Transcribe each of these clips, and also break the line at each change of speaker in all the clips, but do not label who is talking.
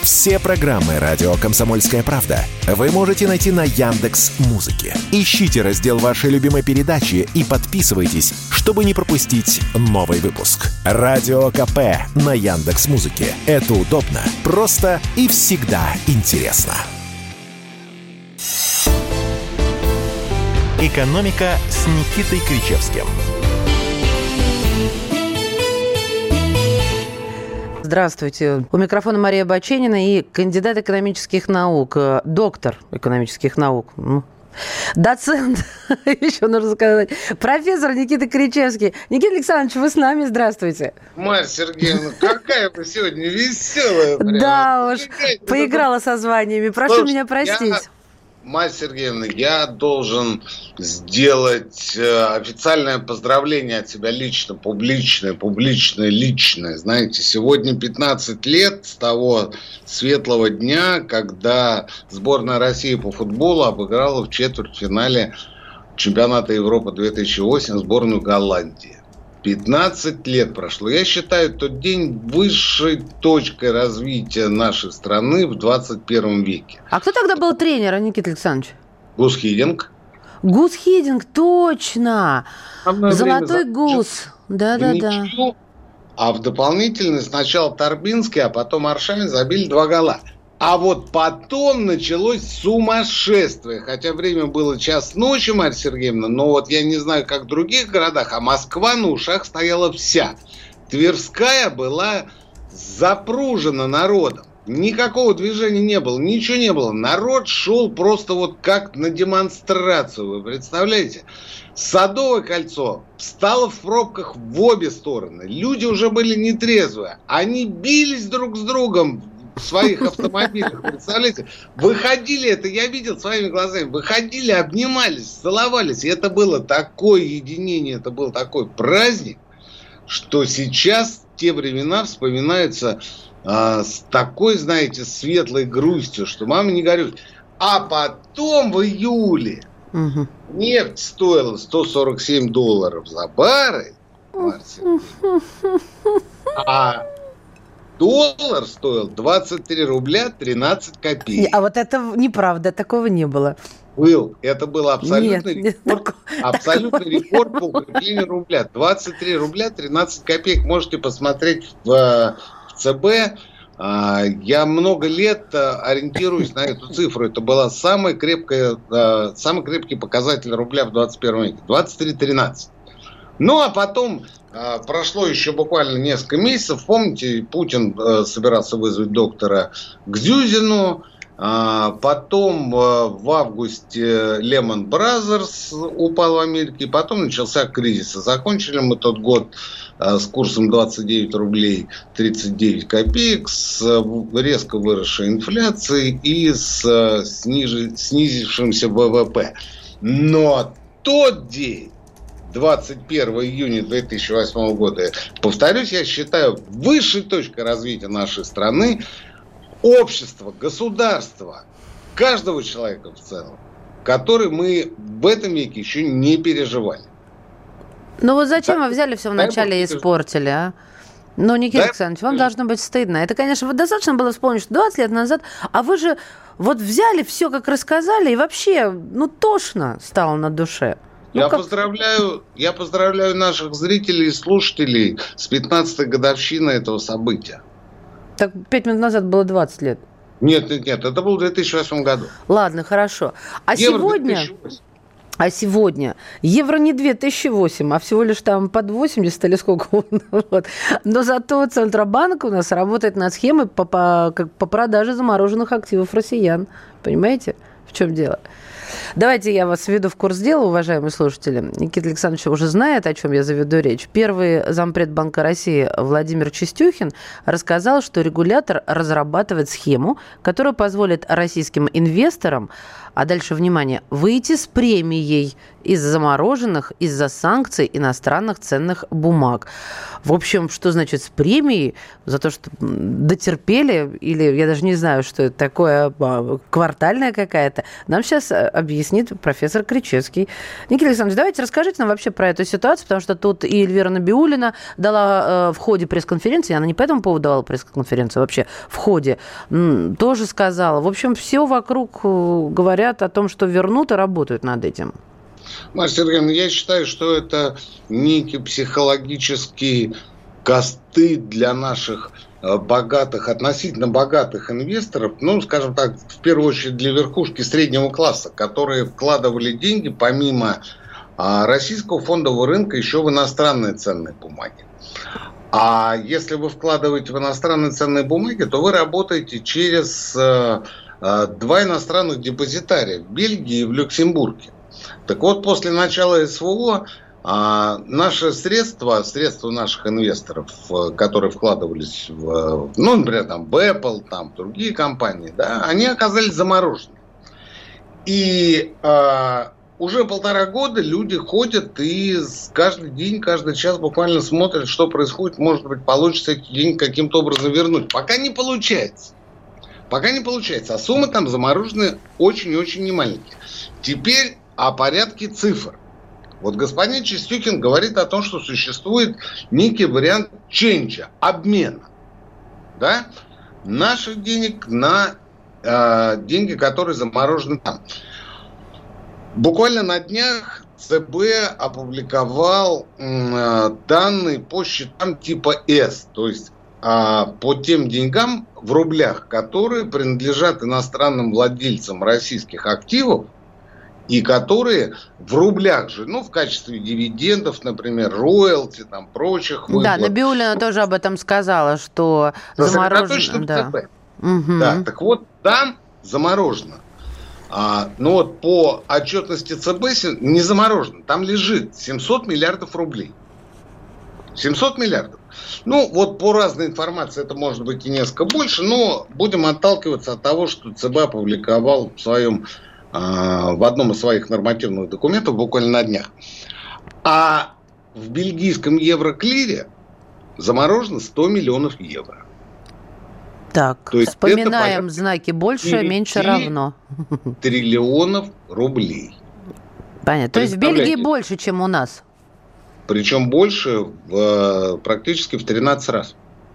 Все программы «Радио Комсомольская правда» вы можете найти на Яндекс.Музыке. Ищите раздел вашей любимой передачи и подписывайтесь, чтобы не пропустить новый выпуск. Радио КП на Яндекс.Музыке. Это удобно, просто и всегда интересно. «Экономика» с Никитой Кричевским.
Здравствуйте. У микрофона Мария Баченина и кандидат экономических наук, доктор экономических наук, доцент, еще нужно сказать, профессор Никита Кричевский. Никита Александрович, вы с нами, здравствуйте.
Марья Сергеевна, какая вы сегодня веселая.
Да уж, поиграла со званиями, прошу меня простить.
Марья Сергеевна, я должен сделать официальное поздравление от себя лично, публичное, личное. Знаете, сегодня 15 лет с того светлого дня, когда сборная России по футболу обыграла в четвертьфинале чемпионата Европы 2008 сборную Голландии. 15 лет прошло. Я считаю тот день высшей точкой развития нашей страны в 21 веке.
А кто тогда был тренером, Никита Александрович?
Гус Хидинг.
Гус Хидинг, точно! Золотой гус. Да.
А в дополнительный сначала Торбинский, а потом Аршавин забили 2 гола. А вот потом началось сумасшествие. Хотя время было час ночи, Марья Сергеевна, но вот я не знаю, как в других городах, а Москва на ушах стояла вся. Тверская была запружена народом. Никакого движения не было, ничего не было. Народ шел просто вот как на демонстрацию, вы представляете? Садовое кольцо встало в пробках в обе стороны. Люди уже были нетрезвые. Они бились друг с другом в своих автомобилях, представляете? Выходили, это я видел своими глазами, выходили, обнимались, целовались. И это было такое единение, это был такой праздник, что сейчас те времена вспоминаются с такой, знаете, светлой грустью, что мама не горюй. А потом в июле нефть стоила $147 за баррель, а доллар стоил 23 рубля 13 копеек.
А вот это неправда, такого не было.
Это был абсолютный рекорд. Абсолютный рекорд по укреплению рубля. 23 рубля 13 копеек. Можете посмотреть в ЦБ. Я много лет ориентируюсь на эту цифру. Это была самый крепкий показатель рубля в 21 веке. 23-13. Ну, а потом прошло еще буквально несколько месяцев. Помните, Путин собирался вызвать доктора к Зюзину. Потом в августе Lehman Brothers упал в Америке. Потом начался кризис. Закончили мы тот год с курсом 29 рублей 39 копеек, с резко выросшей инфляцией и с снизившимся ВВП. Но тот день, 21 июня 2008 года, повторюсь, я считаю высшей точкой развития нашей страны, общества, государства, каждого человека в целом, который мы в этом веке еще не переживали.
Ну вот зачем вы взяли все вначале и испортили, а? Ну, Никита Александрович, вам должно быть стыдно. Это, конечно, достаточно было вспомнить, что 20 лет назад, а вы же вот взяли все, как рассказали, и вообще, тошно стало на душе.
Я поздравляю наших зрителей и слушателей с 15-й годовщиной этого события.
Так 5 минут назад было 20 лет.
Нет, это было в 2008 году.
Ладно, хорошо. Сегодня евро не 2008, а всего лишь там под 80 или сколько. Вот. Но зато Центробанк у нас работает над схемой по продаже замороженных активов россиян. Понимаете, в чем дело? Давайте я вас введу в курс дела, уважаемые слушатели. Никита Александрович уже знает, о чем я заведу речь. Первый зампред Банка России Владимир Чистюхин рассказал, что регулятор разрабатывает схему, которая позволит российским инвесторам, а дальше, внимание, выйти с премией из замороженных из-за санкций иностранных ценных бумаг. В общем, что значит с премией? За то, что дотерпели, или я даже не знаю, что это такое, квартальная какая-то. Нам сейчас объяснит профессор Кричевский. Никита Александрович, давайте расскажите нам вообще про эту ситуацию, потому что тут и Эльвира Набиуллина дала в ходе пресс-конференции, она не по этому поводу давала пресс-конференцию, вообще в ходе, тоже сказала. В общем, все вокруг говорят о том, что вернут и работают над этим.
Марья Сергеевна, я считаю, что это некий психологический костыль для наших богатых, относительно богатых инвесторов, ну, скажем так, в первую очередь для верхушки среднего класса, которые вкладывали деньги помимо российского фондового рынка еще в иностранные ценные бумаги. А если вы вкладываете в иностранные ценные бумаги, то вы работаете через два иностранных депозитария в Бельгии и в Люксембурге. Так вот, после начала СВО наши средства наших инвесторов, которые вкладывались в, ну, например, там, Apple, там, другие компании, да, они оказались заморожены. И уже 1,5 года люди ходят и каждый день, каждый час буквально смотрят, что происходит. Может быть, получится эти деньги каким-то образом вернуть. Пока не получается. А суммы там заморожены очень и очень немаленькие. Теперь о порядке цифр. Вот господин Чистюкин говорит о том, что существует некий вариант ченджа, обмена, да, наших денег на деньги, которые заморожены там. Буквально на днях ЦБ опубликовал данные по счетам типа С, то есть по тем деньгам в рублях, которые принадлежат иностранным владельцам российских активов, и которые в рублях же, ну, в качестве дивидендов, например, роялти, там, прочих выплат. Да,
Набиуллина тоже об этом сказала, что заморожено.
Да. Угу. Да, так вот, там заморожено. Но вот по отчетности ЦБ не заморожено. Там лежит 700 миллиардов рублей. 700 миллиардов. Ну, вот по разной информации это может быть и несколько больше, но будем отталкиваться от того, что ЦБ опубликовал в одном из своих нормативных документов буквально на днях. А в бельгийском евроклире заморожено 100 миллионов евро.
Так, то есть вспоминаем знаки больше, меньше равно.
Триллионов рублей.
Понятно. То есть в Бельгии больше, чем у нас.
Причем больше практически в 13 раз.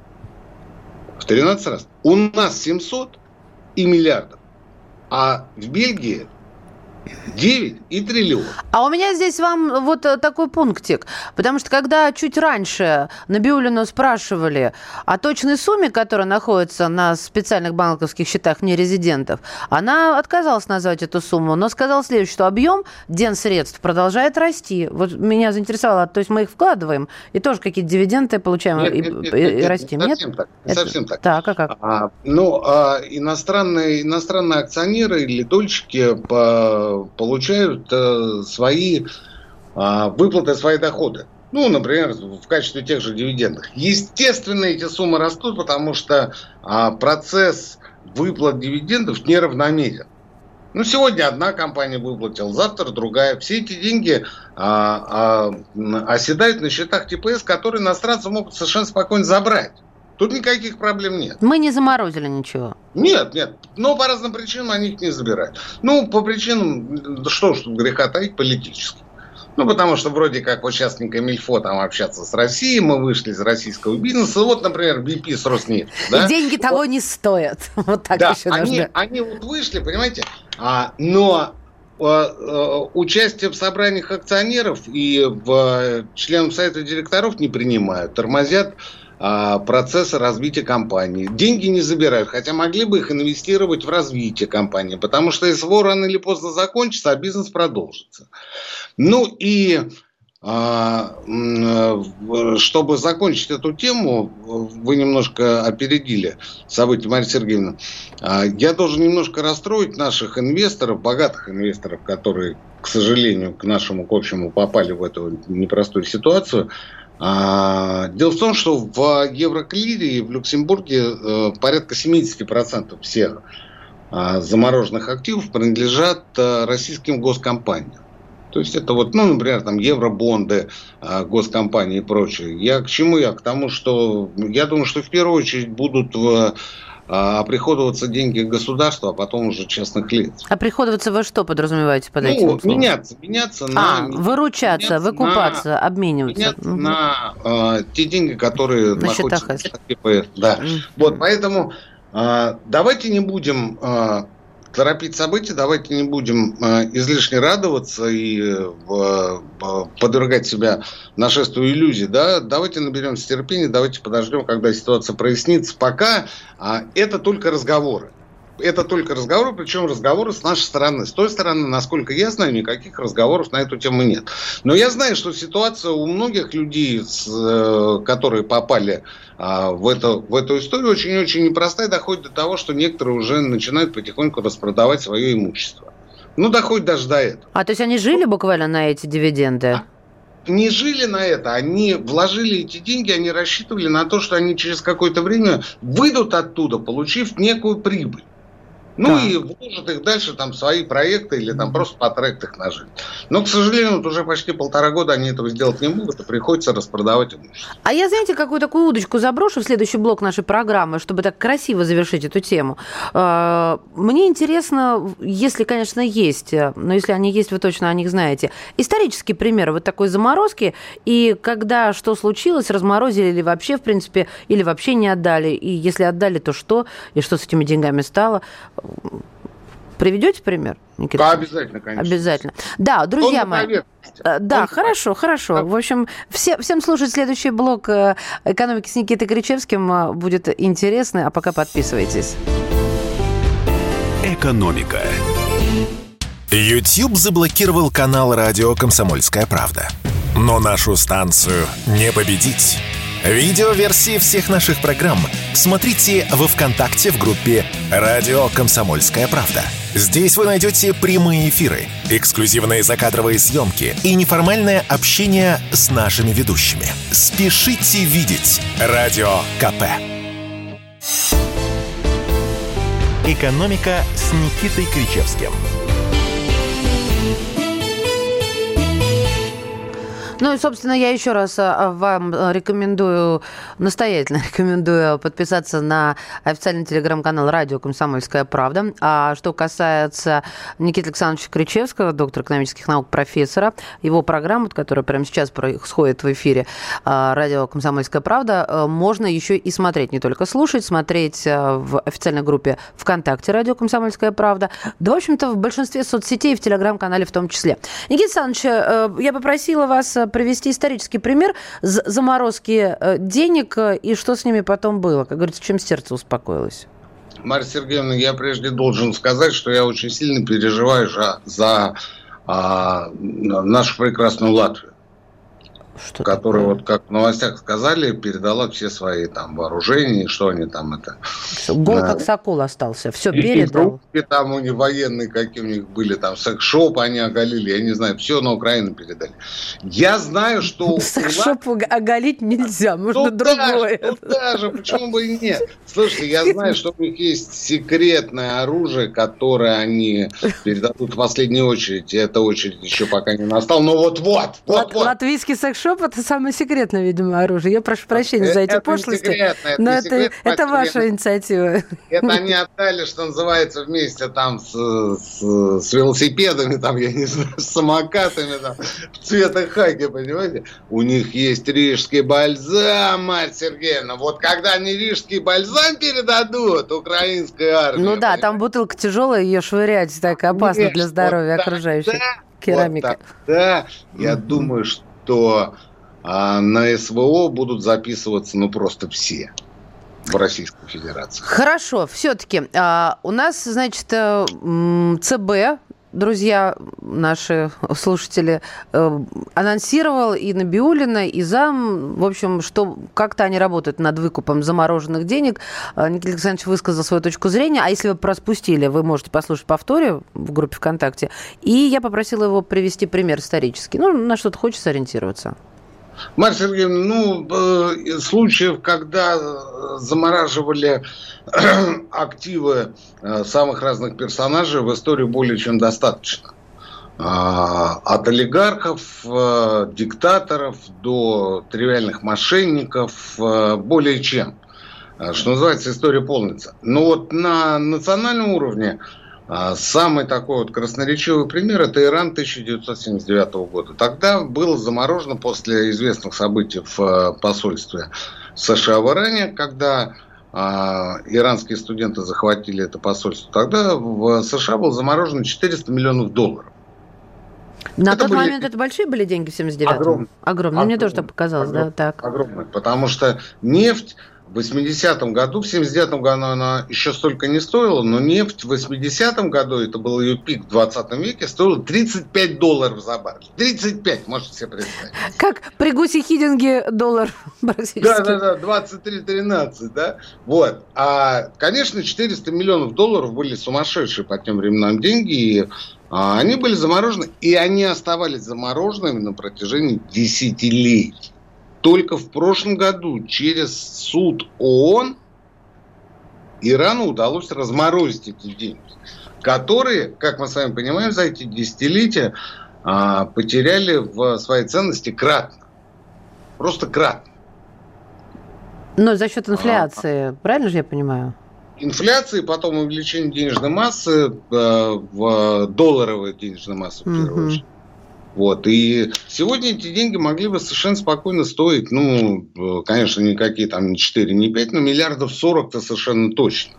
В 13 раз. У нас 700 и миллиардов. А в Бельгии 9 и триллион.
А у меня здесь вам вот такой пунктик. Потому что когда чуть раньше Набиуллину спрашивали о точной сумме, которая находится на специальных банковских счетах нерезидентов, она отказалась назвать эту сумму, но сказала следующее, что объем денсредств продолжает расти. Вот меня заинтересовало, то есть мы их вкладываем и тоже какие-то дивиденды получаем и растим.
Нет? Совсем так.
Так, а как?
Иностранные акционеры или дольщики получают свои выплаты, свои доходы. Ну, например, в качестве тех же дивидендов. Естественно, эти суммы растут, потому что процесс выплат дивидендов неравномерен. Ну, сегодня одна компания выплатила, завтра другая. Все эти деньги оседают на счетах типа С, которые иностранцы могут совершенно спокойно забрать. Тут никаких проблем нет.
Мы не заморозили ничего.
Нет. Но по разным причинам они их не забирают. Ну, по причинам, что греха таить, политически. Ну, потому что вроде как вот сейчас не камильфо там общаться с Россией, мы вышли из российского бизнеса. Вот, например, BP с Роснефтью. Да?
И деньги того не стоят. Вот так еще нужно.
Они вот вышли, понимаете, но участие в собраниях акционеров и в членов совета директоров не принимают, тормозят процесса развития компании. Деньги не забирают, хотя могли бы их инвестировать в развитие компании, потому что СВО рано или поздно закончится, а бизнес продолжится. Ну и чтобы закончить эту тему, вы немножко опередили события, Марья Сергеевна, я должен немножко расстроить наших инвесторов, богатых инвесторов, которые, к сожалению, к нашему к общему попали в эту непростую ситуацию. Дело в том, что в Евроклире и в Люксембурге порядка 70% всех замороженных активов принадлежат российским госкомпаниям. То есть это вот, ну, например, там евробонды, госкомпании и прочее. Я к чему? Я к тому, что я думаю, что в первую очередь будут оприходоваться деньги государства, а потом уже частных лиц.
Оприходоваться вы что подразумеваете под этим словом?
Меняться на...
Выручаться, выкупаться, обмениваться.
Меняться на те деньги, которые
на
находятся в КПП. Да. Вот, поэтому давайте не будем торопить события, давайте не будем излишне радоваться и подвергать себя нашествию иллюзий. Да? Давайте наберемся терпения, давайте подождем, когда ситуация прояснится. Пока это только разговоры. Это только разговоры, причем разговоры с нашей стороны. С той стороны, насколько я знаю, никаких разговоров на эту тему нет. Но я знаю, что ситуация у многих людей, которые попали в эту историю, очень-очень непростая, доходит до того, что некоторые уже начинают потихоньку распродавать свое имущество. Доходит даже до этого.
То есть они жили буквально на эти дивиденды?
Не жили на это, они вложили эти деньги, они рассчитывали на то, что они через какое-то время выйдут оттуда, получив некую прибыль. И вложат их дальше в свои проекты или просто потратят их на жизнь. Но, к сожалению, уже почти 1,5 года они этого сделать не могут, и приходится распродавать имущество.
А я, знаете, какую такую удочку заброшу в следующий блок нашей программы, чтобы так красиво завершить эту тему. Мне интересно, если, конечно, есть, но если они есть, вы точно о них знаете, исторические примеры вот такой заморозки, и когда что случилось, разморозили или вообще, в принципе, или вообще не отдали, и если отдали, то что, и что с этими деньгами стало. Приведете пример, Никита?
Обязательно, конечно.
Обязательно. Да, друзья мои. Да, хорошо. В общем, всем слушать следующий блок «Экономики» с Никитой Кричевским будет интересно, а пока подписывайтесь.
«Экономика». YouTube заблокировал канал «Радио Комсомольская правда». Но нашу станцию не победить. Видеоверсии всех наших программ смотрите во ВКонтакте в группе «Радио Комсомольская правда». Здесь вы найдете прямые эфиры, эксклюзивные закадровые съемки и неформальное общение с нашими ведущими. Спешите видеть Радио КП. «Экономика» с Никитой Кричевским.
И, собственно, я еще раз вам настоятельно рекомендую подписаться на официальный телеграм-канал «Радио Комсомольская правда». А что касается Никиты Александровича Кричевского, доктора экономических наук, профессора, его программу, которая прямо сейчас происходит в эфире «Радио Комсомольская правда», можно еще и смотреть, не только слушать, смотреть в официальной группе ВКонтакте «Радио Комсомольская правда», да, в общем-то, в большинстве соцсетей, в телеграм-канале в том числе. Никита Александрович, я попросила вас привести исторический пример заморозки денег и что с ними потом было. Как говорится, чем сердце успокоилось.
Марья Сергеевна, я прежде должен сказать, что я очень сильно переживаю за нашу прекрасную Латвию.
Что
которая,
такое?
вот как в новостях сказали, передала все свои вооружения, что они там это...
Гол как сокол остался, все передал.
И там у них военные, какие у них были, секс-шоп они оголили, я не знаю, все на Украину передали. Я знаю, что...
Секс-шоп оголить нельзя, можно другое.
Даже, почему бы и нет? Слушайте, я знаю, что у них есть секретное оружие, которое они передадут в последнюю очередь, и эта очередь еще пока не настала, но вот-вот.
Латвийский секс-шоп — это самое секретное, видимо, оружие. Я прошу прощения за эти пошлости, но это ваша инициатива.
Это они отдали, что называется, вместе с велосипедами, я не знаю, с самокатами, в цвета хаки, понимаете? У них есть рижский бальзам, Марья Сергеевна. Вот когда они рижский бальзам передадут украинской армии...
Ну да, там бутылка тяжелая, ее швырять так опасно для здоровья окружающих. Керамика.
Да, я думаю, что на СВО будут записываться просто все в Российской Федерации.
Хорошо, все-таки у нас, значит, ЦБ, друзья, наши слушатели, анонсировал и Набиуллина, и зам, в общем, что как-то они работают над выкупом замороженных денег. Никита Александрович высказал свою точку зрения, а если вы проспустили, вы можете послушать повторе в группе ВКонтакте. И я попросила его привести пример исторический. На что-то хочется ориентироваться.
Марья Сергеевна, случаев, когда замораживали активы самых разных персонажей, в истории более чем достаточно. От олигархов, диктаторов до тривиальных мошенников, более чем. Что называется, история полнится. Но вот на национальном уровне самый такой вот красноречивый пример – это Иран 1979 года. Тогда было заморожено после известных событий в посольстве США в Иране, когда иранские студенты захватили это посольство. Тогда в США было заморожено $400 миллионов.
На тот момент это большие были деньги в 79-м? Огромные. Мне тоже так показалось, да? Так.
Огромные, потому что нефть в 80-м году, в 79-м году она еще столько не стоила, но нефть в 80-м году, это был ее пик в 20 веке, стоила $35 за баррель. 35, можете себе представить.
Как при Гусе Хидинге доллар практически.
Да, 23-13, да. Вот. А, конечно, $400 миллионов были сумасшедшие по тем временам деньги, и они были заморожены, и они оставались замороженными на протяжении десятилетий. Только в прошлом году через суд ООН Ирану удалось разморозить эти деньги, которые, как мы с вами понимаем, за эти десятилетия потеряли в своей ценности кратно. Просто кратно.
Но за счет инфляции, правильно же я понимаю?
Инфляции, потом увеличение денежной массы, в долларовой денежной массы, в первую очередь. Вот. И сегодня эти деньги могли бы совершенно спокойно стоить, конечно, никакие там не 4, не 5, но миллиардов 40-то совершенно точно.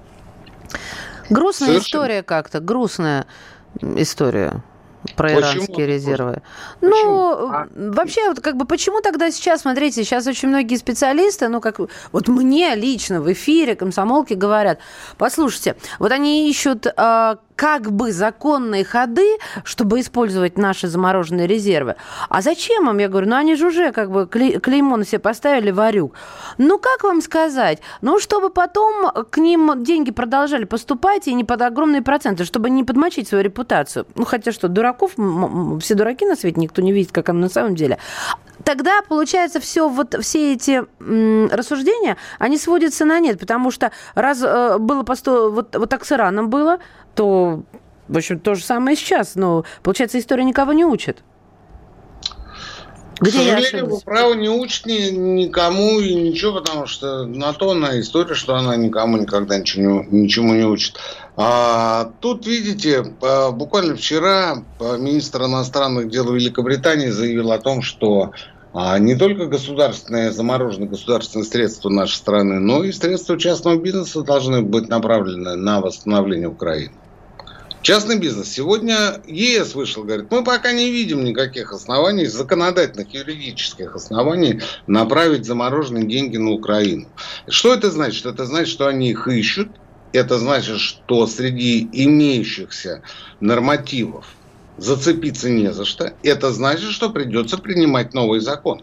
Грустная история как-то, грустная история про иранские резервы. Вообще, вот как бы почему тогда сейчас, смотрите, сейчас очень многие специалисты, вот мне лично в эфире комсомолки говорят, послушайте, вот они ищут как бы законные ходы, чтобы использовать наши замороженные резервы. А зачем им? Я говорю, они же уже как бы клеймо на себе поставили, варюк. Как вам сказать? Чтобы потом к ним деньги продолжали поступать и не под огромные проценты, чтобы не подмочить свою репутацию. Хотя что, дураков, все дураки на свете, никто не видит, как оно на самом деле. Тогда, получается, все эти рассуждения, они сводятся на нет, потому что раз было вот так с Ираном было, то, в общем, то же самое и сейчас. Но, получается, история никого не учит.
К сожалению, вы правы, не учит никому и ничего, потому что на то она история, что она никому никогда ничему не учит. Тут, видите, буквально вчера министр иностранных дел Великобритании заявил о том, что не только замороженные государственные средства нашей страны, но и средства частного бизнеса должны быть направлены на восстановление Украины. Частный бизнес. Сегодня ЕС вышел, говорит, мы пока не видим никаких оснований, законодательных, юридических оснований направить замороженные деньги на Украину. Что это значит? Это значит, что они их ищут. Это значит, что среди имеющихся нормативов зацепиться не за что. Это значит, что придется принимать новые законы.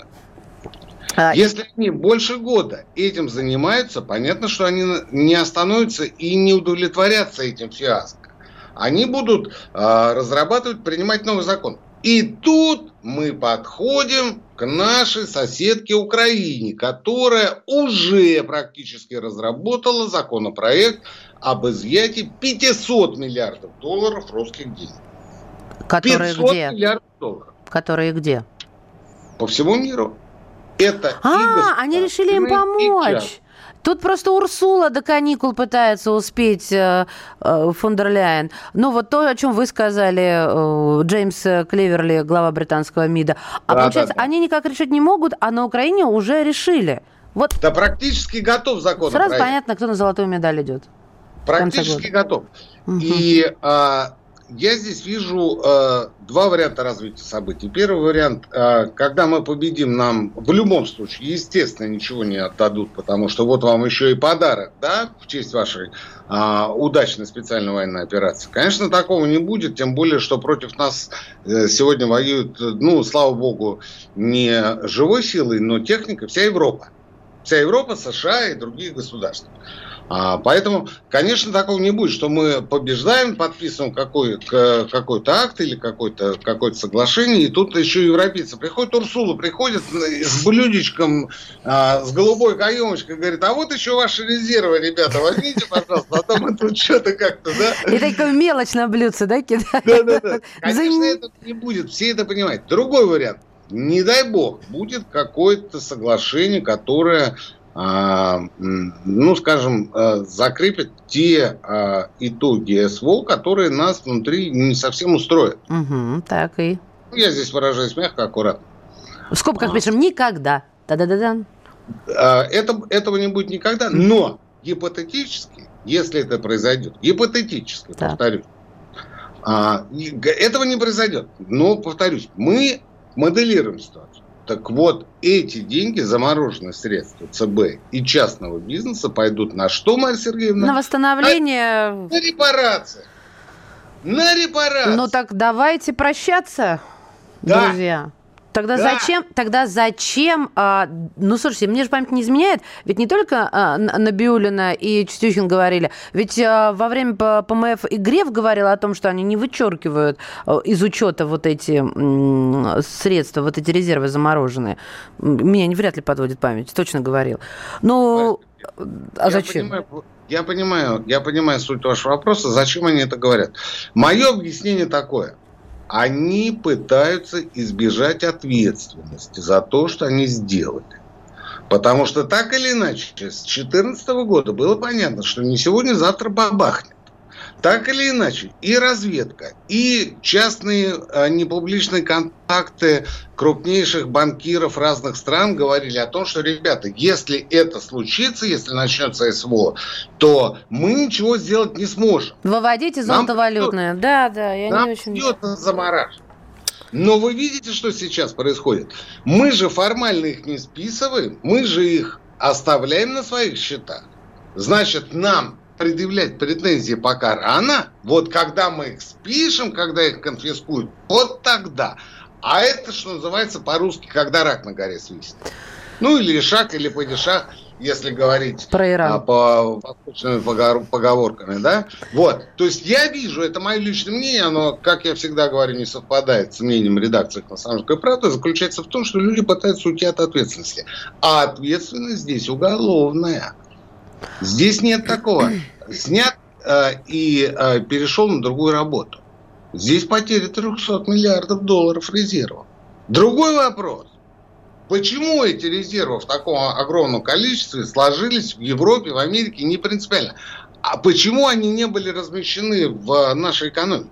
Если они больше года этим занимаются, понятно, что они не остановятся и не удовлетворятся этим фиаско. Они будут разрабатывать, принимать новый закон. И тут мы подходим к нашей соседке Украине, которая уже практически разработала законопроект об изъятии $500 миллиардов русских денег.
Которые
500
где?
миллиардов долларов.
Которые где?
По всему миру. Это
они решили им помочь. Тут просто Урсула до каникул пытается успеть фон дер Ляйен. Вот то, о чем вы сказали, Джеймс Клеверли, глава британского МИДа. Получается, они никак решить не могут, а на Украине уже решили.
Да практически готов закон.
Сразу понятно, кто на золотую медаль идет.
Практически готов. Угу. И я здесь вижу два варианта развития событий. Первый вариант, когда мы победим, нам в любом случае, естественно, ничего не отдадут, потому что вот вам еще и подарок, да, в честь вашей удачной специальной военной операции. Конечно, такого не будет, тем более, что против нас сегодня воюют, слава богу, не живой силой, но техникой вся Европа. Вся Европа, США и другие государства. Поэтому, конечно, такого не будет, что мы побеждаем, подписываем какой-то акт или какое-то соглашение, и тут еще европейцы приходят, Урсула приходит с блюдечком, с голубой каемочкой, говорит, а вот еще ваши резервы, ребята, возьмите, пожалуйста, а то мы тут что-то как-то, да?
И такую мелочь на блюдце, да, кидают?
Да. Конечно, этого не будет, все это понимают. Другой вариант. Не дай бог, будет какое-то соглашение, которое скажем, закрепят те итоги СВО, которые нас внутри не совсем устроят.
Так и...
Я здесь выражаюсь мягко, аккуратно.
В скобках пишем «никогда». Да-да-да-да.
Этого не будет никогда, но гипотетически, если это произойдет, гипотетически, повторюсь, этого не произойдет. Но, повторюсь, мы моделируем ситуацию. Так вот, эти деньги, замороженные средства ЦБ и частного бизнеса, пойдут на что, Марья Сергеевна?
На восстановление...
На репарации. На репарации.
Ну так давайте прощаться, друзья. Тогда зачем? Слушайте, мне же память не изменяет. Ведь не только Набиуллина и Чистюхин говорили. Ведь во время ПМФ и Греф говорил о том, что они не вычеркивают из учета вот эти средства, вот эти резервы замороженные. Меня вряд ли подводит память. Точно говорил. Ну, а зачем?
Я понимаю суть вашего вопроса. Зачем они это говорят? Мое объяснение такое. Они пытаются избежать ответственности за то, что они сделали. Потому что так или иначе, с 2014 года было понятно, что не сегодня, завтра бабахнет. Так или иначе, и разведка, и частные непубличные контакты крупнейших банкиров разных стран говорили о том, что, ребята, если это случится, если начнется СВО, то мы ничего сделать не сможем.
Выводите золотовалютное. Да, я не очень... Нам придется
замораживать. Но вы видите, что сейчас происходит? Мы же формально их не списываем, мы же их оставляем на своих счетах. Значит, нам предъявлять претензии пока рано. Вот когда мы их спишем, когда их конфискуют, вот тогда. А это, что называется по-русски, когда рак на горе свистит. Ну, или шаг, или падишах, если говорить
про Иран.
По восточными поговорками, да? Вот. То есть я вижу, это мое личное мнение, оно, как я всегда говорю, не совпадает с мнением редакции «Комсомольской правды», заключается в том, что люди пытаются уйти от ответственности. А ответственность здесь уголовная. Здесь нет такого. Снят и перешел на другую работу. Здесь потеря 300 миллиардов долларов резервов. Другой вопрос. Почему эти резервы в таком огромном количестве сложились в Европе, в Америке, не принципиально. А почему они не были размещены в нашей экономике?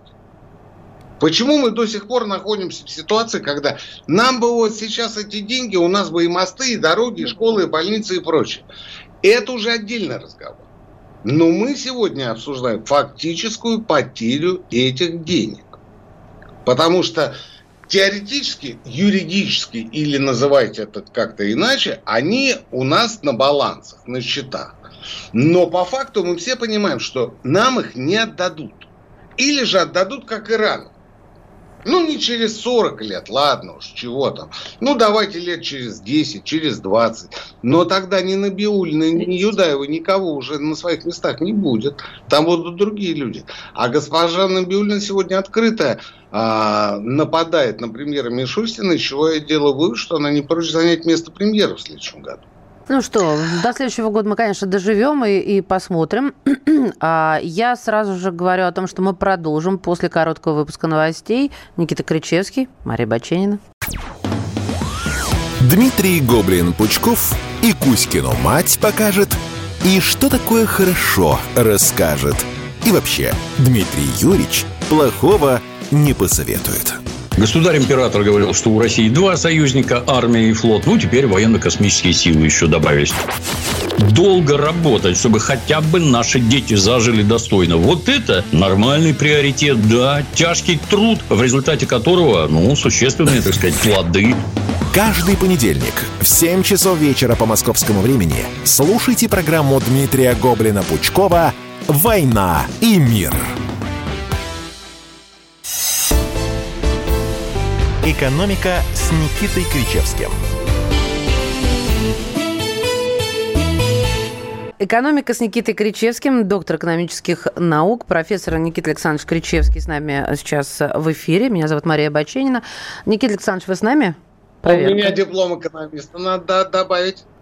Почему мы до сих пор находимся в ситуации, когда нам бы вот сейчас эти деньги, у нас бы и мосты, и дороги, и школы, и больницы, и прочее. Это уже отдельный разговор. Но мы сегодня обсуждаем фактическую потерю этих денег. Потому что теоретически, юридически, или называйте это как-то иначе, они у нас на балансах, на счетах. Но по факту мы все понимаем, что нам их не отдадут. Или же отдадут, как Ирану. Ну, не через 40 лет, ладно уж, чего там. Ну, давайте лет через 10, через 20. Но тогда ни Набиуллина, ни Юдаева, никого уже на своих местах не будет. Там будут другие люди. А госпожа Набиуллина сегодня открыто нападает на премьера Мишустина, из чего я делаю вывод, что она не прочь занять место премьера в следующем году.
Ну что, до следующего года мы, конечно, доживем и посмотрим. Я сразу же говорю о том, что мы продолжим после короткого выпуска новостей. Никита Кричевский, Мария Баченина.
Дмитрий Гоблин-Пучков и Кузькину мать покажет, и что такое хорошо расскажет. И вообще, Дмитрий Юрьевич плохого не посоветует.
Государь-император говорил, что у России 2 союзника, армия и флот. Ну, теперь военно-космические силы еще добавились. Долго работать, чтобы хотя бы наши дети зажили достойно. Вот это нормальный приоритет, да. Тяжкий труд, в результате которого, существенные, так сказать, плоды.
Каждый понедельник в 7 часов вечера по московскому времени слушайте программу Дмитрия Гоблина-Пучкова «Война и мир». «Экономика» с Никитой Кричевским.
«Экономика» с Никитой Кричевским, доктор экономических наук, профессор Никита Александрович Кричевский с нами сейчас в эфире. Меня зовут Мария Баченина. Никита Александрович, вы с нами?
Проверка. У меня диплом экономиста, надо добавить.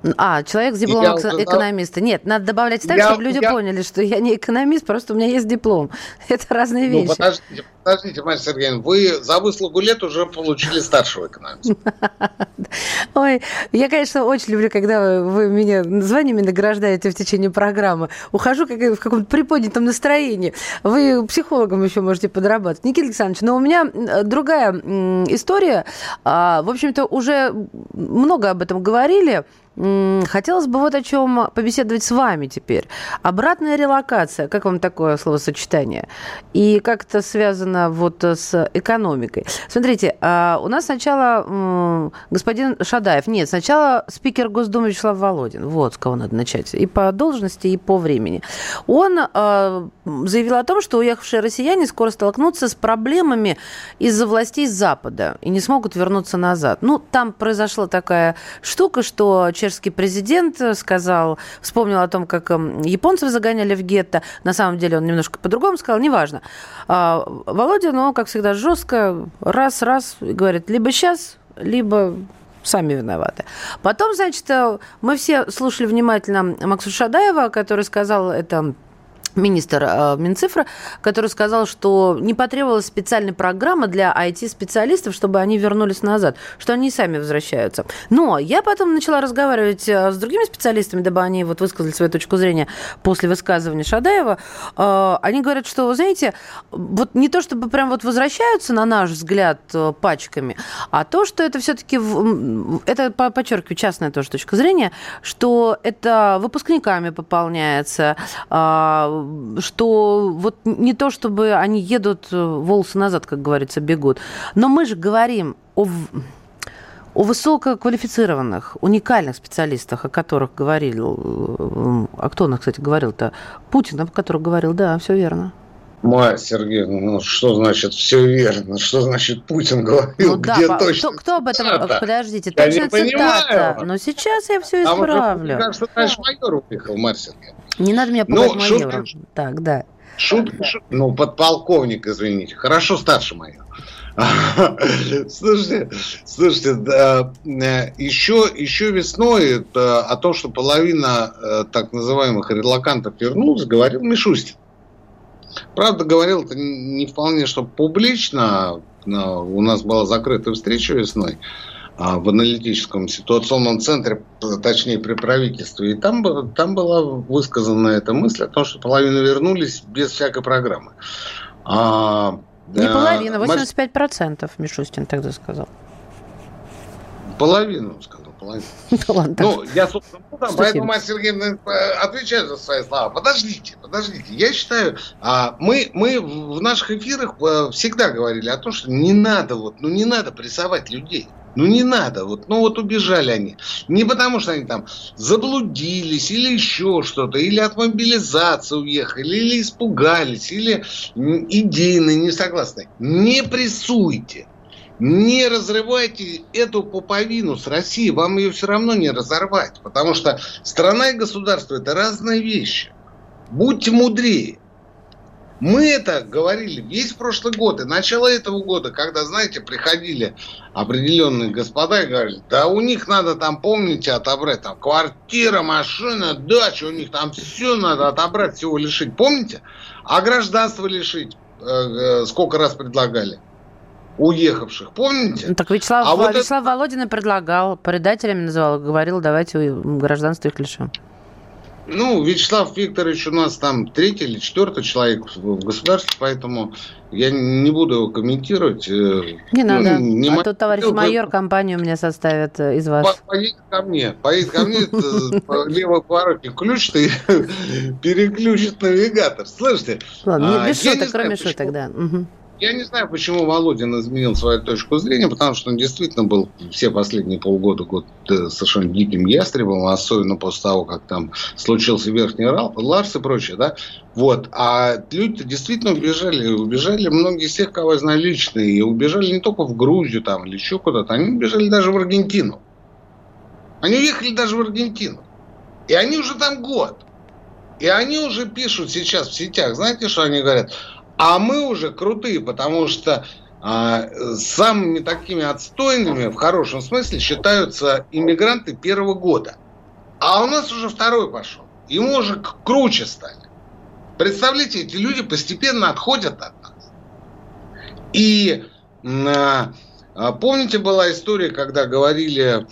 Человек с дипломом экономиста. Нет, надо добавлять так, чтобы люди поняли, что я не экономист, просто у меня есть диплом. Это разные вещи.
Подождите, Марья Сергеевна, вы за выслугу лет уже получили старшего экономиста.
Ой, я, конечно, очень люблю, когда вы меня званиями награждаете в течение программы. Ухожу в каком-то приподнятом настроении. Вы психологом еще можете подрабатывать. Никита Александрович, но у меня другая история. В общем-то, уже много об этом говорили. Хотелось бы вот о чем побеседовать с вами теперь. Обратная релокация, как вам такое словосочетание? И как это связано вот с экономикой? Смотрите, у нас сначала господин Шадаев, сначала спикер Госдумы Вячеслав Володин, вот с кого надо начать, и по должности, и по времени. Он заявил о том, что уехавшие россияне скоро столкнутся с проблемами из-за властей Запада и не смогут вернуться назад. Там произошла такая штука, что чешский президент вспомнил о том, как японцев загоняли в гетто. На самом деле он немножко по-другому сказал, неважно. Володя, как всегда, жестко, раз, и говорит, либо сейчас, либо сами виноваты. Потом, значит, мы все слушали внимательно Максута Шадаева, который сказал это... министр Минцифры, который сказал, что не потребовалась специальная программа для IT-специалистов, чтобы они вернулись назад, что они сами возвращаются. Но я потом начала разговаривать с другими специалистами, дабы они высказали свою точку зрения после высказывания Шадаева. Они говорят, что, вы знаете, не то чтобы прям возвращаются, на наш взгляд, пачками, а то, что это все-таки, это, подчеркиваю, частная тоже точка зрения, что это выпускниками пополняется, что не то, чтобы они едут волосы назад, как говорится, бегут. Но мы же говорим о высококвалифицированных, уникальных специалистах, о которых говорил... А кто у нас, кстати, говорил-то? Путин, о которых говорил, да, все верно.
Марья Сергеевна, что значит все верно? Что значит Путин говорил? Где точно?
Кто об этом? Подождите, точно цитата. Но сейчас я все исправлю.
Мне кажется, наш майор уехал, Марья Сергеевна.
Не надо меня пугать майором. Так, да.
Подполковник, извините. Хорошо, старший майор. Слушайте, еще весной о том, что половина так называемых релокантов вернулась, говорил Мишустин. Правда, говорил это не вполне, что публично. У нас была закрытая встреча весной в аналитическом ситуационном центре, точнее при правительстве. И там была высказана эта мысль о том, что половина вернулись без всякой программы.
Не половина, 85% Мишустин тогда сказал.
Половину сказал. Я, собственно, поэтому, Марья Сергеевна, отвечаю за свои слова. Подождите. Я считаю, мы в наших эфирах всегда говорили о том, что не надо прессовать людей. Не надо. Убежали они. Не потому, что они там заблудились или еще что-то, или от мобилизации уехали, или испугались, или идейно не согласны. Не прессуйте. Не разрывайте эту пуповину с Россией, вам ее все равно не разорвать, потому что страна и государство – это разные вещи. Будьте мудрее. Мы это говорили весь прошлый год и начало этого года, когда, знаете, приходили определенные господа и говорили, да у них надо там, помните, отобрать там квартира, машина, дача, у них там все надо отобрать, всего лишить. Помните? А гражданство лишить сколько раз предлагали? Уехавших, помните?
Так Вячеслав Володин предлагал, предателями называл, говорил, давайте гражданство их лишим.
Вячеслав Викторович у нас там 3-й или 4-й человек в государстве, поэтому я не буду его комментировать.
Не надо. А то товарищ майор компанию мне составит из вас.
Поедет ко мне, левый поворотник включит и переключит навигатор. Слышите?
Ладно, без шуток, кроме шуток, да.
Я не знаю, почему Володин изменил свою точку зрения, потому что он действительно был все последние полгода совершенно диким ястребом, особенно после того, как там случился Верхний Ларс и прочее, да. А люди действительно убежали многие из тех, кого я знаю лично, и убежали не только в Грузию там или еще куда-то, они убежали даже в Аргентину. Они уехали даже в Аргентину. И они уже там год. И они уже пишут сейчас в сетях, знаете, что они говорят? А мы уже крутые, потому что самыми такими отстойными, в хорошем смысле, считаются иммигранты первого года. А у нас уже второй пошел. Ему уже круче стали. Представляете, эти люди постепенно отходят от нас. И помните, была история, когда говорили,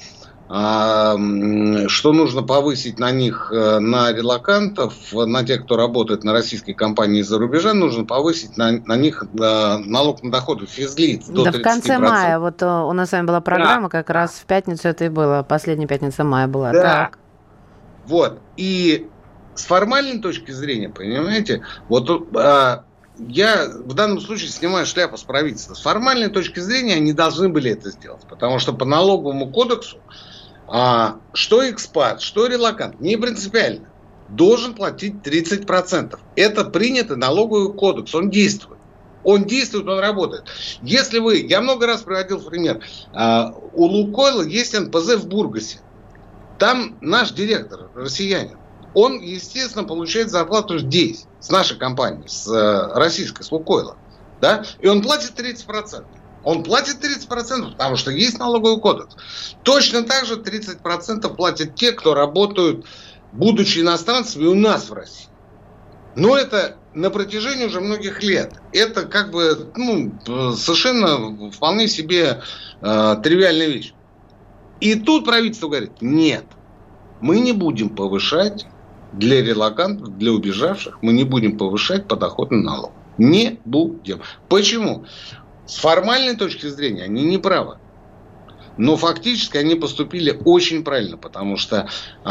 что нужно повысить на них, на релокантов, на тех, кто работает на российские компании из-за рубежа, нужно повысить на них налог на доходы физлиц до 30%.
Да, в конце мая. Вот у нас с вами была программа, как раз в пятницу это и было. Последняя пятница мая была.
Да.
Так.
Вот. И с формальной точки зрения, понимаете, вот я в данном случае снимаю шляпу с правительства. С формальной точки зрения они должны были это сделать. Потому что по налоговому кодексу что экспат, что релокант, не принципиально, должен платить 30%. Это принятый налоговый кодекс, он действует. Он действует, он работает. Если вы, я много раз приводил в пример, у Лукойла есть НПЗ в Бургасе. Там наш директор, россиянин, он, естественно, получает зарплату здесь, с нашей компанией, с российской, с Лукойла. Да? И он платит 30%. Он платит 30%, потому что есть налоговый кодекс. Точно так же 30% платят те, кто работают, будучи иностранцами, у нас в России. Но это на протяжении уже многих лет. Это как бы совершенно вполне себе тривиальная вещь. И тут правительство говорит, нет, мы не будем повышать для релокантов, для убежавших, мы не будем повышать подоходный налог. Не будем. Почему? С формальной точки зрения они не правы. Но фактически они поступили очень правильно, потому что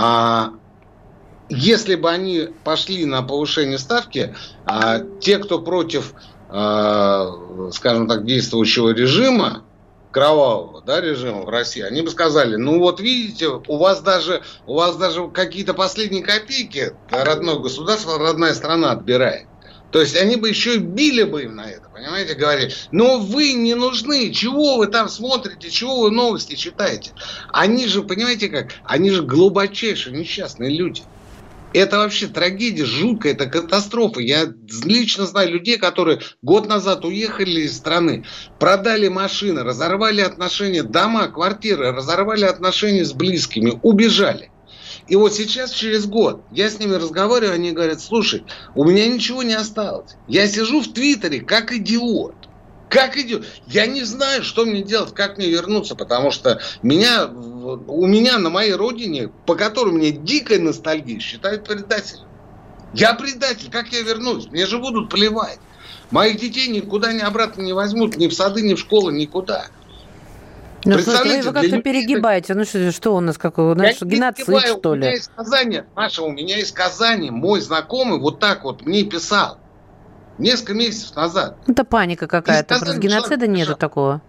если бы они пошли на повышение ставки, те, кто против, скажем так, действующего режима, кровавого, да, режима в России, они бы сказали, ну вот видите, у вас даже какие-то последние копейки родное государство, родная страна отбирает. То есть они бы еще и били бы им на это, понимаете, говорили, но вы не нужны, чего вы там смотрите, чего вы новости читаете. Они же, понимаете как, они же глубочайшие несчастные люди. Это вообще трагедия жуткая, это катастрофа. Я лично знаю людей, которые год назад уехали из страны, продали машины, разорвали отношения, дома, квартиры, разорвали отношения с близкими, убежали. И вот сейчас, через год, я с ними разговариваю, они говорят, слушай, у меня ничего не осталось. Я сижу в Твиттере как идиот. Как идиот. Я не знаю, что мне делать, как мне вернуться, потому что у меня на моей родине, по которой мне дикая ностальгия, считают предателем. Я предатель, как я вернусь? Мне же будут плевать. Моих детей никуда обратно не возьмут, ни в сады, ни в школы, никуда.
Ну, слушайте, вы как-то перегибаете. Ну, что у нас какой? Геноцид, что ли?
У меня из Казани мой знакомый вот так вот мне писал. Несколько месяцев назад.
Это паника какая-то. Просто геноцида нету такого.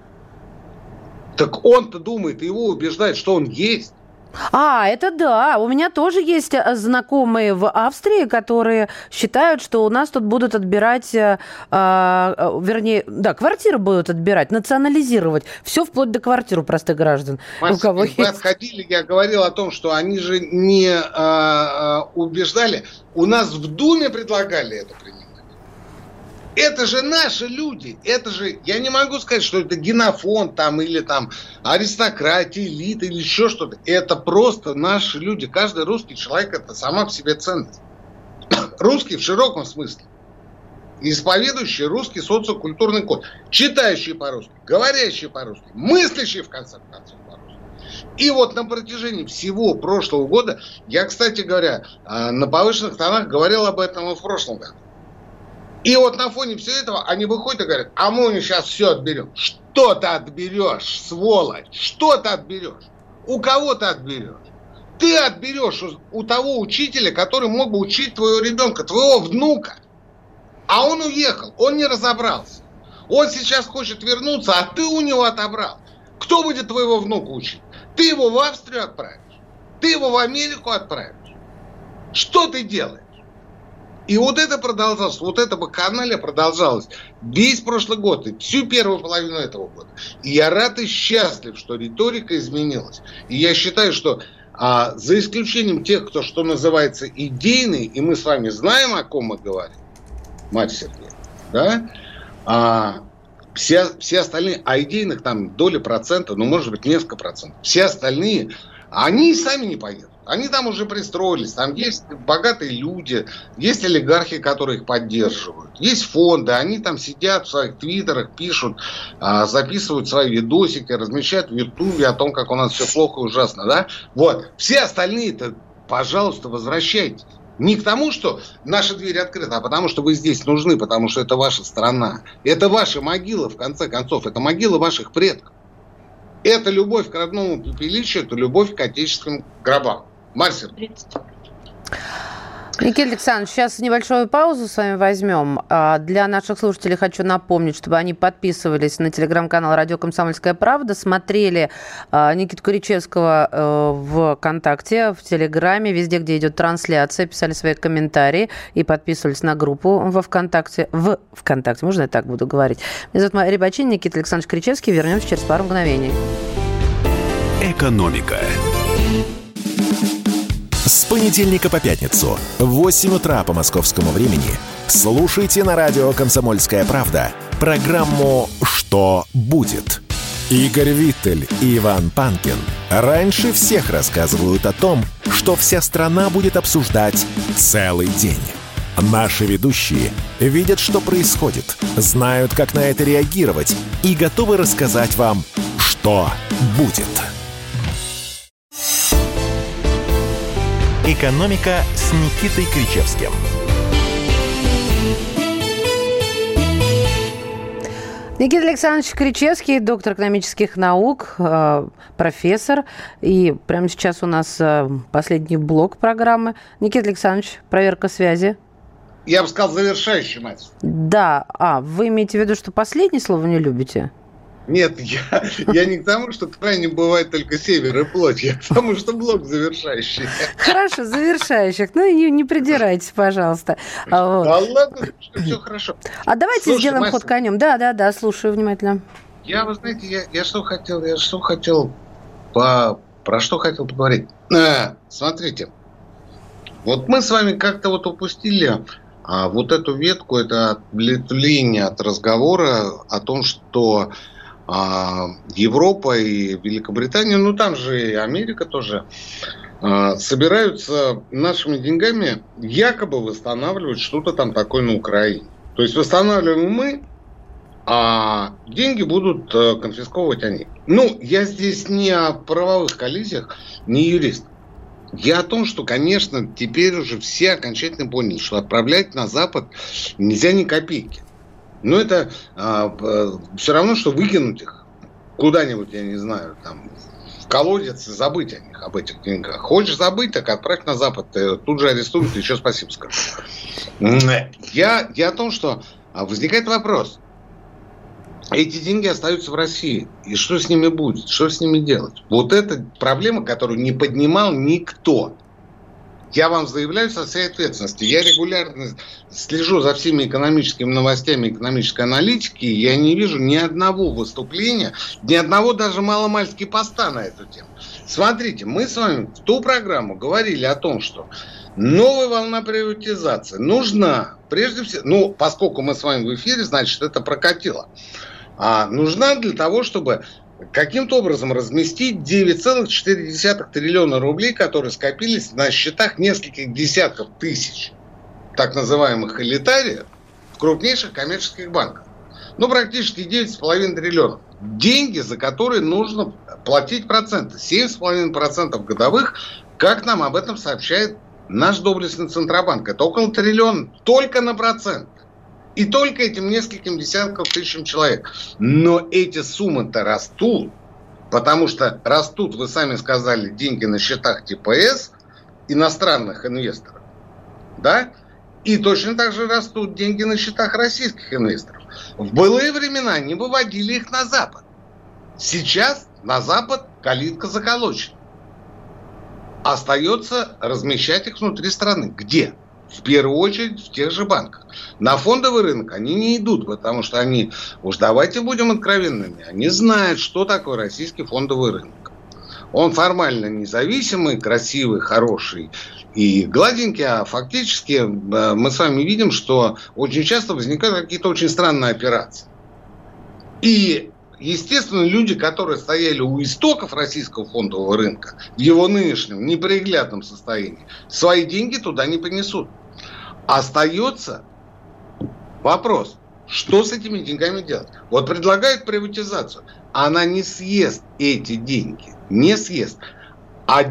Так он-то думает, его убеждает, что он есть.
Это да. У меня тоже есть знакомые в Австрии, которые считают, что у нас тут будут отбирать, квартиры будут отбирать, национализировать. Все вплоть до квартиры простых граждан.
Марс, вы отходили, я говорил о том, что они же не убеждали. У нас в Думе предлагали это принять. Это же наши люди, это же, я не могу сказать, что это генофонд там, или там аристократия, элита, или еще что-то. Это просто наши люди. Каждый русский человек – это сама по себе ценность. Русский в широком смысле. Исповедующий русский социокультурный код. Читающий по-русски, говорящий по-русски, мыслящий, в конце концов, по-русски. И вот на протяжении всего прошлого года, я, кстати говоря, на повышенных тонах говорил об этом и в прошлом году. И вот на фоне всего этого они выходят и говорят, а мы сейчас все отберем. Что ты отберешь, сволочь? Что ты отберешь? У кого ты отберешь? Ты отберешь у того учителя, который мог бы учить твоего ребенка, твоего внука. А он уехал, он не разобрался. Он сейчас хочет вернуться, а ты у него отобрал. Кто будет твоего внука учить? Ты его в Австрию отправишь? Ты его в Америку отправишь? Что ты делаешь? И вот это продолжалось, вот это бакханалия продолжалось весь прошлый год и всю первую половину этого года. И я рад и счастлив, что риторика изменилась. И я считаю, что за исключением тех, кто, что называется, идейный, и мы с вами знаем, о ком мы говорим, мать Сергея, да, все остальные, а идейных там доли процента, ну, может быть, несколько процентов, все остальные Они и сами не поедут. Они там уже пристроились, там есть богатые люди, есть олигархи, которые их поддерживают, есть фонды, они там сидят в своих твиттерах, пишут, записывают свои видосики, размещают в Ютубе о том, как у нас все плохо и ужасно, да? Вот, все остальные-то, пожалуйста, возвращайтесь. Не к тому, что наши двери открыты, а потому что вы здесь нужны, потому что это ваша страна. Это ваша могила, в конце концов, это могила ваших предков. Это любовь к родному пепелищу, это любовь к отечественным гробам. Марсер.
Никита Александрович, сейчас небольшую паузу с вами возьмем. Для наших слушателей хочу напомнить, чтобы они подписывались на телеграм-канал «Радио Комсомольская правда», смотрели Никиту Кричевского в ВКонтакте, в Телеграме, везде, где идет трансляция, писали свои комментарии и подписывались на группу во ВКонтакте. В ВКонтакте, можно я так буду говорить? Меня зовут Мария Рябочин, Никита Александрович Кричевский. Вернемся через пару мгновений.
Экономика. С понедельника по пятницу в 8 утра по московскому времени слушайте на радио «Комсомольская правда» программу «Что будет?». Игорь Виттель и Иван Панкин раньше всех рассказывают о том, что вся страна будет обсуждать целый день. Наши ведущие видят, что происходит, знают, как на это реагировать и готовы рассказать вам, что будет. «Экономика» с Никитой Кричевским.
Никита Александрович Кричевский, доктор экономических наук, профессор. И прямо сейчас у нас последний блок программы. Никита Александрович, проверка связи.
Я бы сказал, завершающий, мать.
Да. Вы имеете в виду, что последнее слово не любите?
Нет, я не к тому, что крайним бывает только север и плоть. Я к тому, что блок завершающий.
Хорошо, завершающих. Ну, не придирайтесь, пожалуйста.
Да ладно, все хорошо.
Давайте сделаем ход конем. Да, слушаю внимательно.
Вы знаете, я что хотел поговорить. Смотрите, вот мы с вами как-то вот упустили вот эту ветку, это отвлечение от разговора о том, что Европа и Великобритания, ну там же и Америка тоже, собираются нашими деньгами якобы восстанавливать что-то там такое на Украине. То есть восстанавливаем мы, а деньги будут конфисковывать они. Ну, я здесь не о правовых коллизиях, не юрист. Я о том, что, конечно, теперь уже все окончательно поняли, что отправлять на Запад нельзя ни копейки. Но это все равно, что выкинуть их куда-нибудь, я не знаю, там, в колодец и забыть о них, об этих деньгах. Хочешь забыть, так отправь на Запад. Тут же арестуют, и еще спасибо скажу. Я о том, что возникает вопрос. Эти деньги остаются в России. И что с ними будет? Что с ними делать? Вот это проблема, которую не поднимал никто. Я вам заявляю со всей ответственностью. Я регулярно слежу за всеми экономическими новостями экономической аналитики. И я не вижу ни одного выступления, ни одного даже маломальски поста на эту тему. Смотрите, мы с вами в ту программу говорили о том, что новая волна приватизации нужна. Прежде всего, поскольку мы с вами в эфире, значит, это прокатило. Нужна для того, чтобы каким-то образом разместить 9,4 триллиона рублей, которые скопились на счетах нескольких десятков тысяч так называемых элитариев в крупнейших коммерческих банках. Практически 9,5 триллионов. Деньги, за которые нужно платить проценты. 7,5% годовых, как нам об этом сообщает наш доблестный Центробанк. Это около триллиона только на проценты. И только этим нескольким десяткам тысячам человек. Но эти суммы-то растут, потому что растут, вы сами сказали, деньги на счетах типа С иностранных инвесторов. Да? И точно так же растут деньги на счетах российских инвесторов. В былые времена они выводили их на Запад. Сейчас на Запад калитка заколочена. Остается размещать их внутри страны. Где? В первую очередь в тех же банках. На фондовый рынок они не идут, потому что они, уж давайте будем откровенными, они знают, что такое российский фондовый рынок. Он формально независимый, красивый, хороший и гладенький, а фактически мы с вами видим, что очень часто возникают какие-то очень странные операции. И естественно, люди, которые стояли у истоков российского фондового рынка, в его нынешнем неприглядном состоянии, свои деньги туда не понесут. Остается вопрос, что с этими деньгами делать? Вот предлагают приватизацию. Она не съест эти деньги. Не съест. А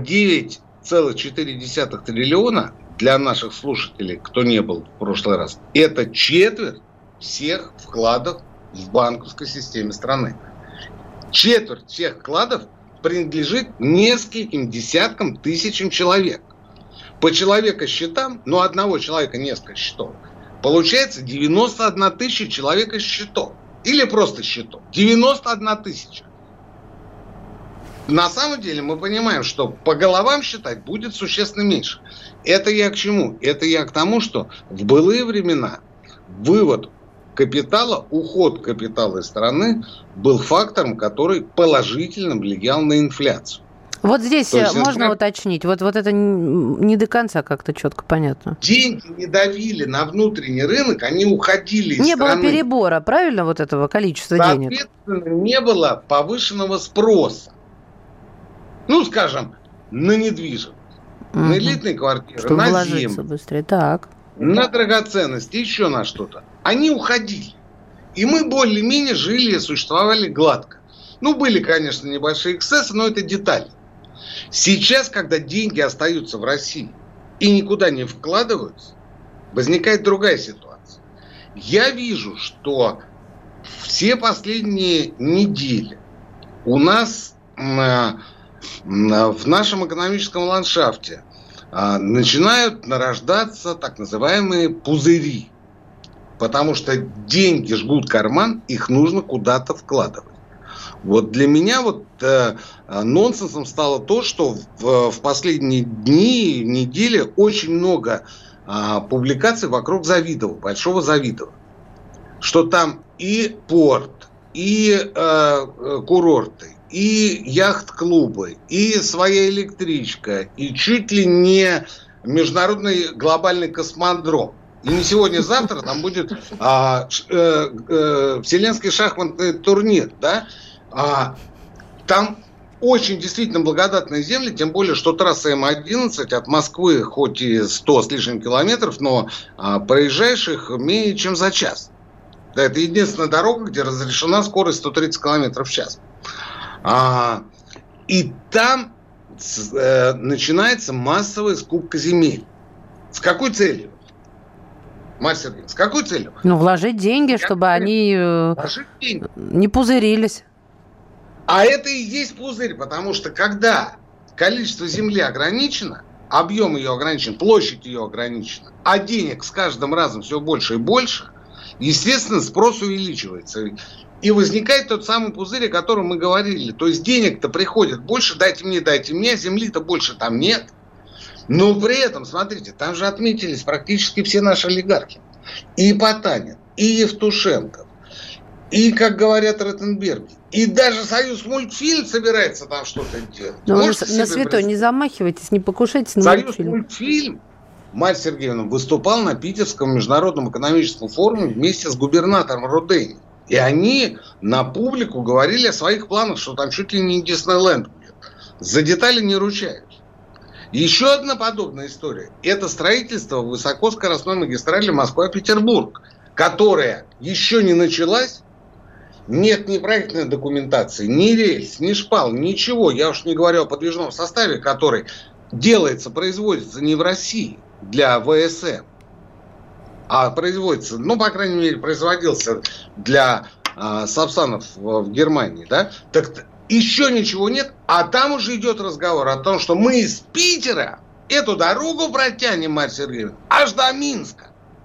9,4 триллиона для наших слушателей, кто не был в прошлый раз, это четверть всех вкладов в банковской системе страны. Четверть всех вкладов принадлежит нескольким десяткам тысячам человек. По человека счетам, но одного человека несколько счетов, получается 91 тысяча человек из счетов. Или просто счетов. 91 тысяча. На самом деле мы понимаем, что по головам считать будет существенно меньше. Это я к чему? Это я к тому, что в былые времена вывод капитала, уход капитала из страны был фактором, который положительно влиял на инфляцию.
Вот здесь можно уточнить, вот это не до конца как-то четко понятно.
Деньги не давили на внутренний рынок, они уходили из страны.
Не было перебора, правильно, вот этого количества денег?
Соответственно, не было повышенного спроса. Ну, скажем, на недвижимость, на элитные квартиры,
чтобы
на
вложиться
землю,
быстрее. Так.
на драгоценности, еще на что-то. Они уходили. И мы более-менее жили и существовали гладко. Ну, были, конечно, небольшие эксцессы, но это детали. Сейчас, когда деньги остаются в России и никуда не вкладываются, возникает другая ситуация. Я вижу, что все последние недели у нас в нашем экономическом ландшафте начинают нарождаться так называемые пузыри. Потому что деньги жгут карман, их нужно куда-то вкладывать. Вот для меня нонсенсом стало то, что в последние дни и недели очень много публикаций вокруг Завидова, Большого Завидова. Что там и порт, и курорты, и яхт-клубы, и своя электричка, и чуть ли не международный глобальный космодром. И не сегодня-завтра там будет вселенский шахматный турнир, да? Там очень действительно благодатные земли, тем более, что трасса М-11 от Москвы хоть и 100 с лишним километров, но проезжаешь их менее чем за час. Да, это единственная дорога, где разрешена скорость 130 километров в час. И там начинается массовая скупка земель. С какой целью? Марья Сергеевна, с какой целью?
Вложить деньги, чтобы они не пузырились.
А это и есть пузырь, потому что когда количество земли ограничено, объем ее ограничен, площадь ее ограничена, а денег с каждым разом все больше и больше, естественно, спрос увеличивается. И возникает тот самый пузырь, о котором мы говорили. То есть денег-то приходит больше, дайте мне, а земли-то больше там нет. Но при этом, смотрите, там же отметились практически все наши олигархи. И Потанин, и Евтушенков, и, как говорят, Ротенберги. И даже Союзмультфильм собирается там что-то делать.
На святой не замахивайтесь, не покушайтесь на мультфильм.
Союзмультфильм, Марья Сергеевна, выступал на Питерском международном экономическом форуме вместе с губернатором Рудени. И они на публику говорили о своих планах, что там чуть ли не Диснейленд будет. За детали не ручаюсь. Еще одна подобная история – это строительство высокоскоростной магистрали Москва-Петербург, которая еще не началась. Нет ни проектной документации, ни рельс, ни шпал, ничего. Я уж не говорю о подвижном составе, который производится не в России для ВСМ, а производится, по крайней мере, производился для Сапсанов в Германии, да? Так еще ничего нет, а там уже идет разговор о том, что мы из Питера эту дорогу протянем, Марья Сергеевна, аж до Минска.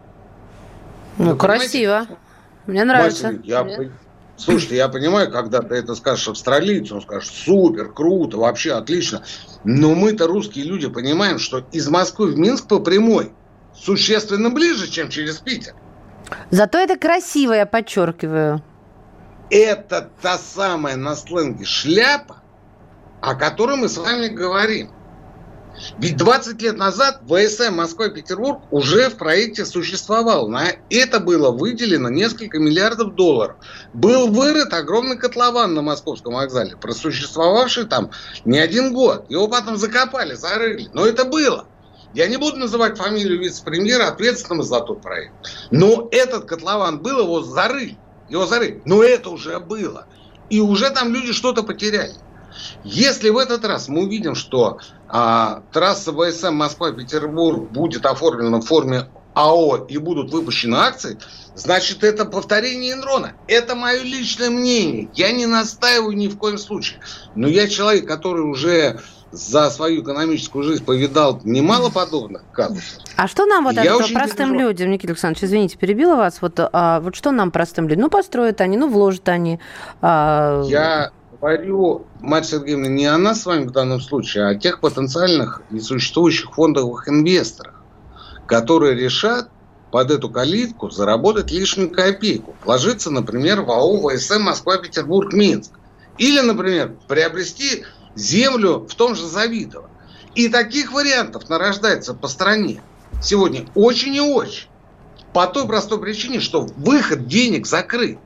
Красиво. Мне нравится.
Слушайте, я понимаю, когда ты это скажешь австралийцу, он скажет: супер, круто, вообще отлично. Но мы-то, русские люди, понимаем, что из Москвы в Минск по прямой существенно ближе, чем через Питер.
Зато это красиво, я подчеркиваю.
Это та самая на сленге шляпа, о которой мы с вами говорим. Ведь 20 лет назад ВСМ Москва-Петербург уже в проекте существовал. На это было выделено несколько миллиардов долларов. Был вырыт огромный котлован на Московском вокзале, просуществовавший там не один год. Его потом закопали, зарыли. Но это было. Я не буду называть фамилию вице-премьера, ответственного за тот проект. Но этот котлован был, его зарыли. Но это уже было. И уже там люди что-то потеряли. Если в этот раз мы увидим, что трасса ВСМ Москва-Петербург будет оформлена в форме АО и будут выпущены акции, значит, это повторение Инрона. Это мое личное мнение. Я не настаиваю ни в коем случае. Но я человек, который уже за свою экономическую жизнь повидал немало подобных казусов.
А что нам простым людям, Никита Александрович, извините, перебила вас, вот что нам простым людям? Построят они, вложат они.
Я говорю, Марья Сергеевна, не о нас с вами в данном случае, а о тех потенциальных и существующих фондовых инвесторах, которые решат под эту калитку заработать лишнюю копейку. Вложиться, например, в АО ВСМ Москва-Петербург-Минск. Или, например, приобрести землю в том же Завидово. И таких вариантов нарождается по стране сегодня очень и очень. По той простой причине, что выход денег закрыт.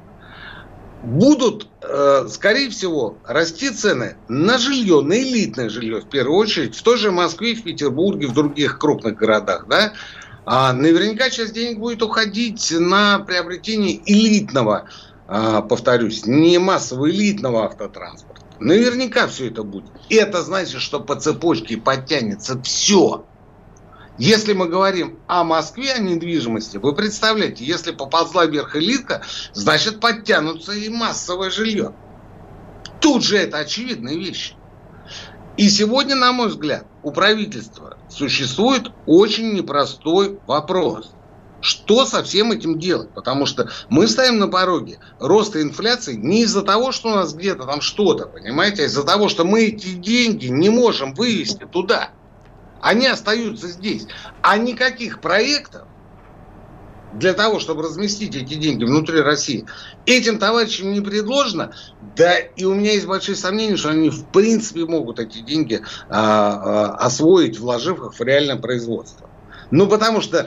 Будут, скорее всего, расти цены на жилье, на элитное жилье, в первую очередь, в той же Москве, в Петербурге, в других крупных городах, да. А наверняка часть денег будет уходить на приобретение элитного, повторюсь, не массового, элитного автотранспорта. Наверняка все это будет. И это значит, что по цепочке подтянется все. Если мы говорим о Москве, о недвижимости, вы представляете, если поползла вверх элитка, значит, подтянутся и массовое жилье. Тут же это очевидные вещи. И сегодня, на мой взгляд, у правительства существует очень непростой вопрос. Что со всем этим делать? Потому что мы стоим на пороге роста инфляции не из-за того, что у нас где-то там что-то, понимаете, а из-за того, что мы эти деньги не можем вывести туда. Они остаются здесь. А никаких проектов для того, чтобы разместить эти деньги внутри России, этим товарищам не предложено. Да и у меня есть большие сомнения, что они в принципе могут эти деньги освоить, вложив их в реальное производство. Потому что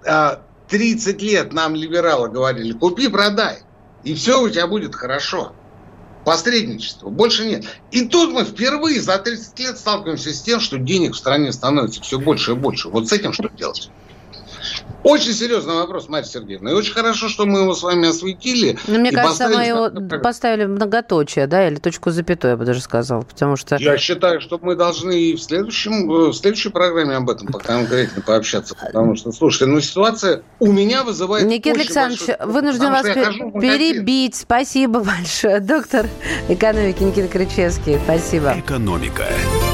30 лет нам либералы говорили: купи, продай, и все у тебя будет хорошо. Посредничество, больше нет. И тут мы впервые за 30 лет сталкиваемся с тем, что денег в стране становится все больше и больше. Вот с этим что делать? Очень серьезный вопрос, Марья Сергеевна. И очень хорошо, что мы его с вами осветили.
Мне кажется, мы его поставили многоточие, да, или точку запятой, я бы даже сказал. Потому что...
Я считаю, что мы должны и в следующей программе об этом конкретно пообщаться. Потому что, слушайте, ситуация у меня вызывает...
Никита Александрович, вынужден вас перебить. Спасибо большое. Доктор экономики Никита Кричевский. Спасибо.
Экономика.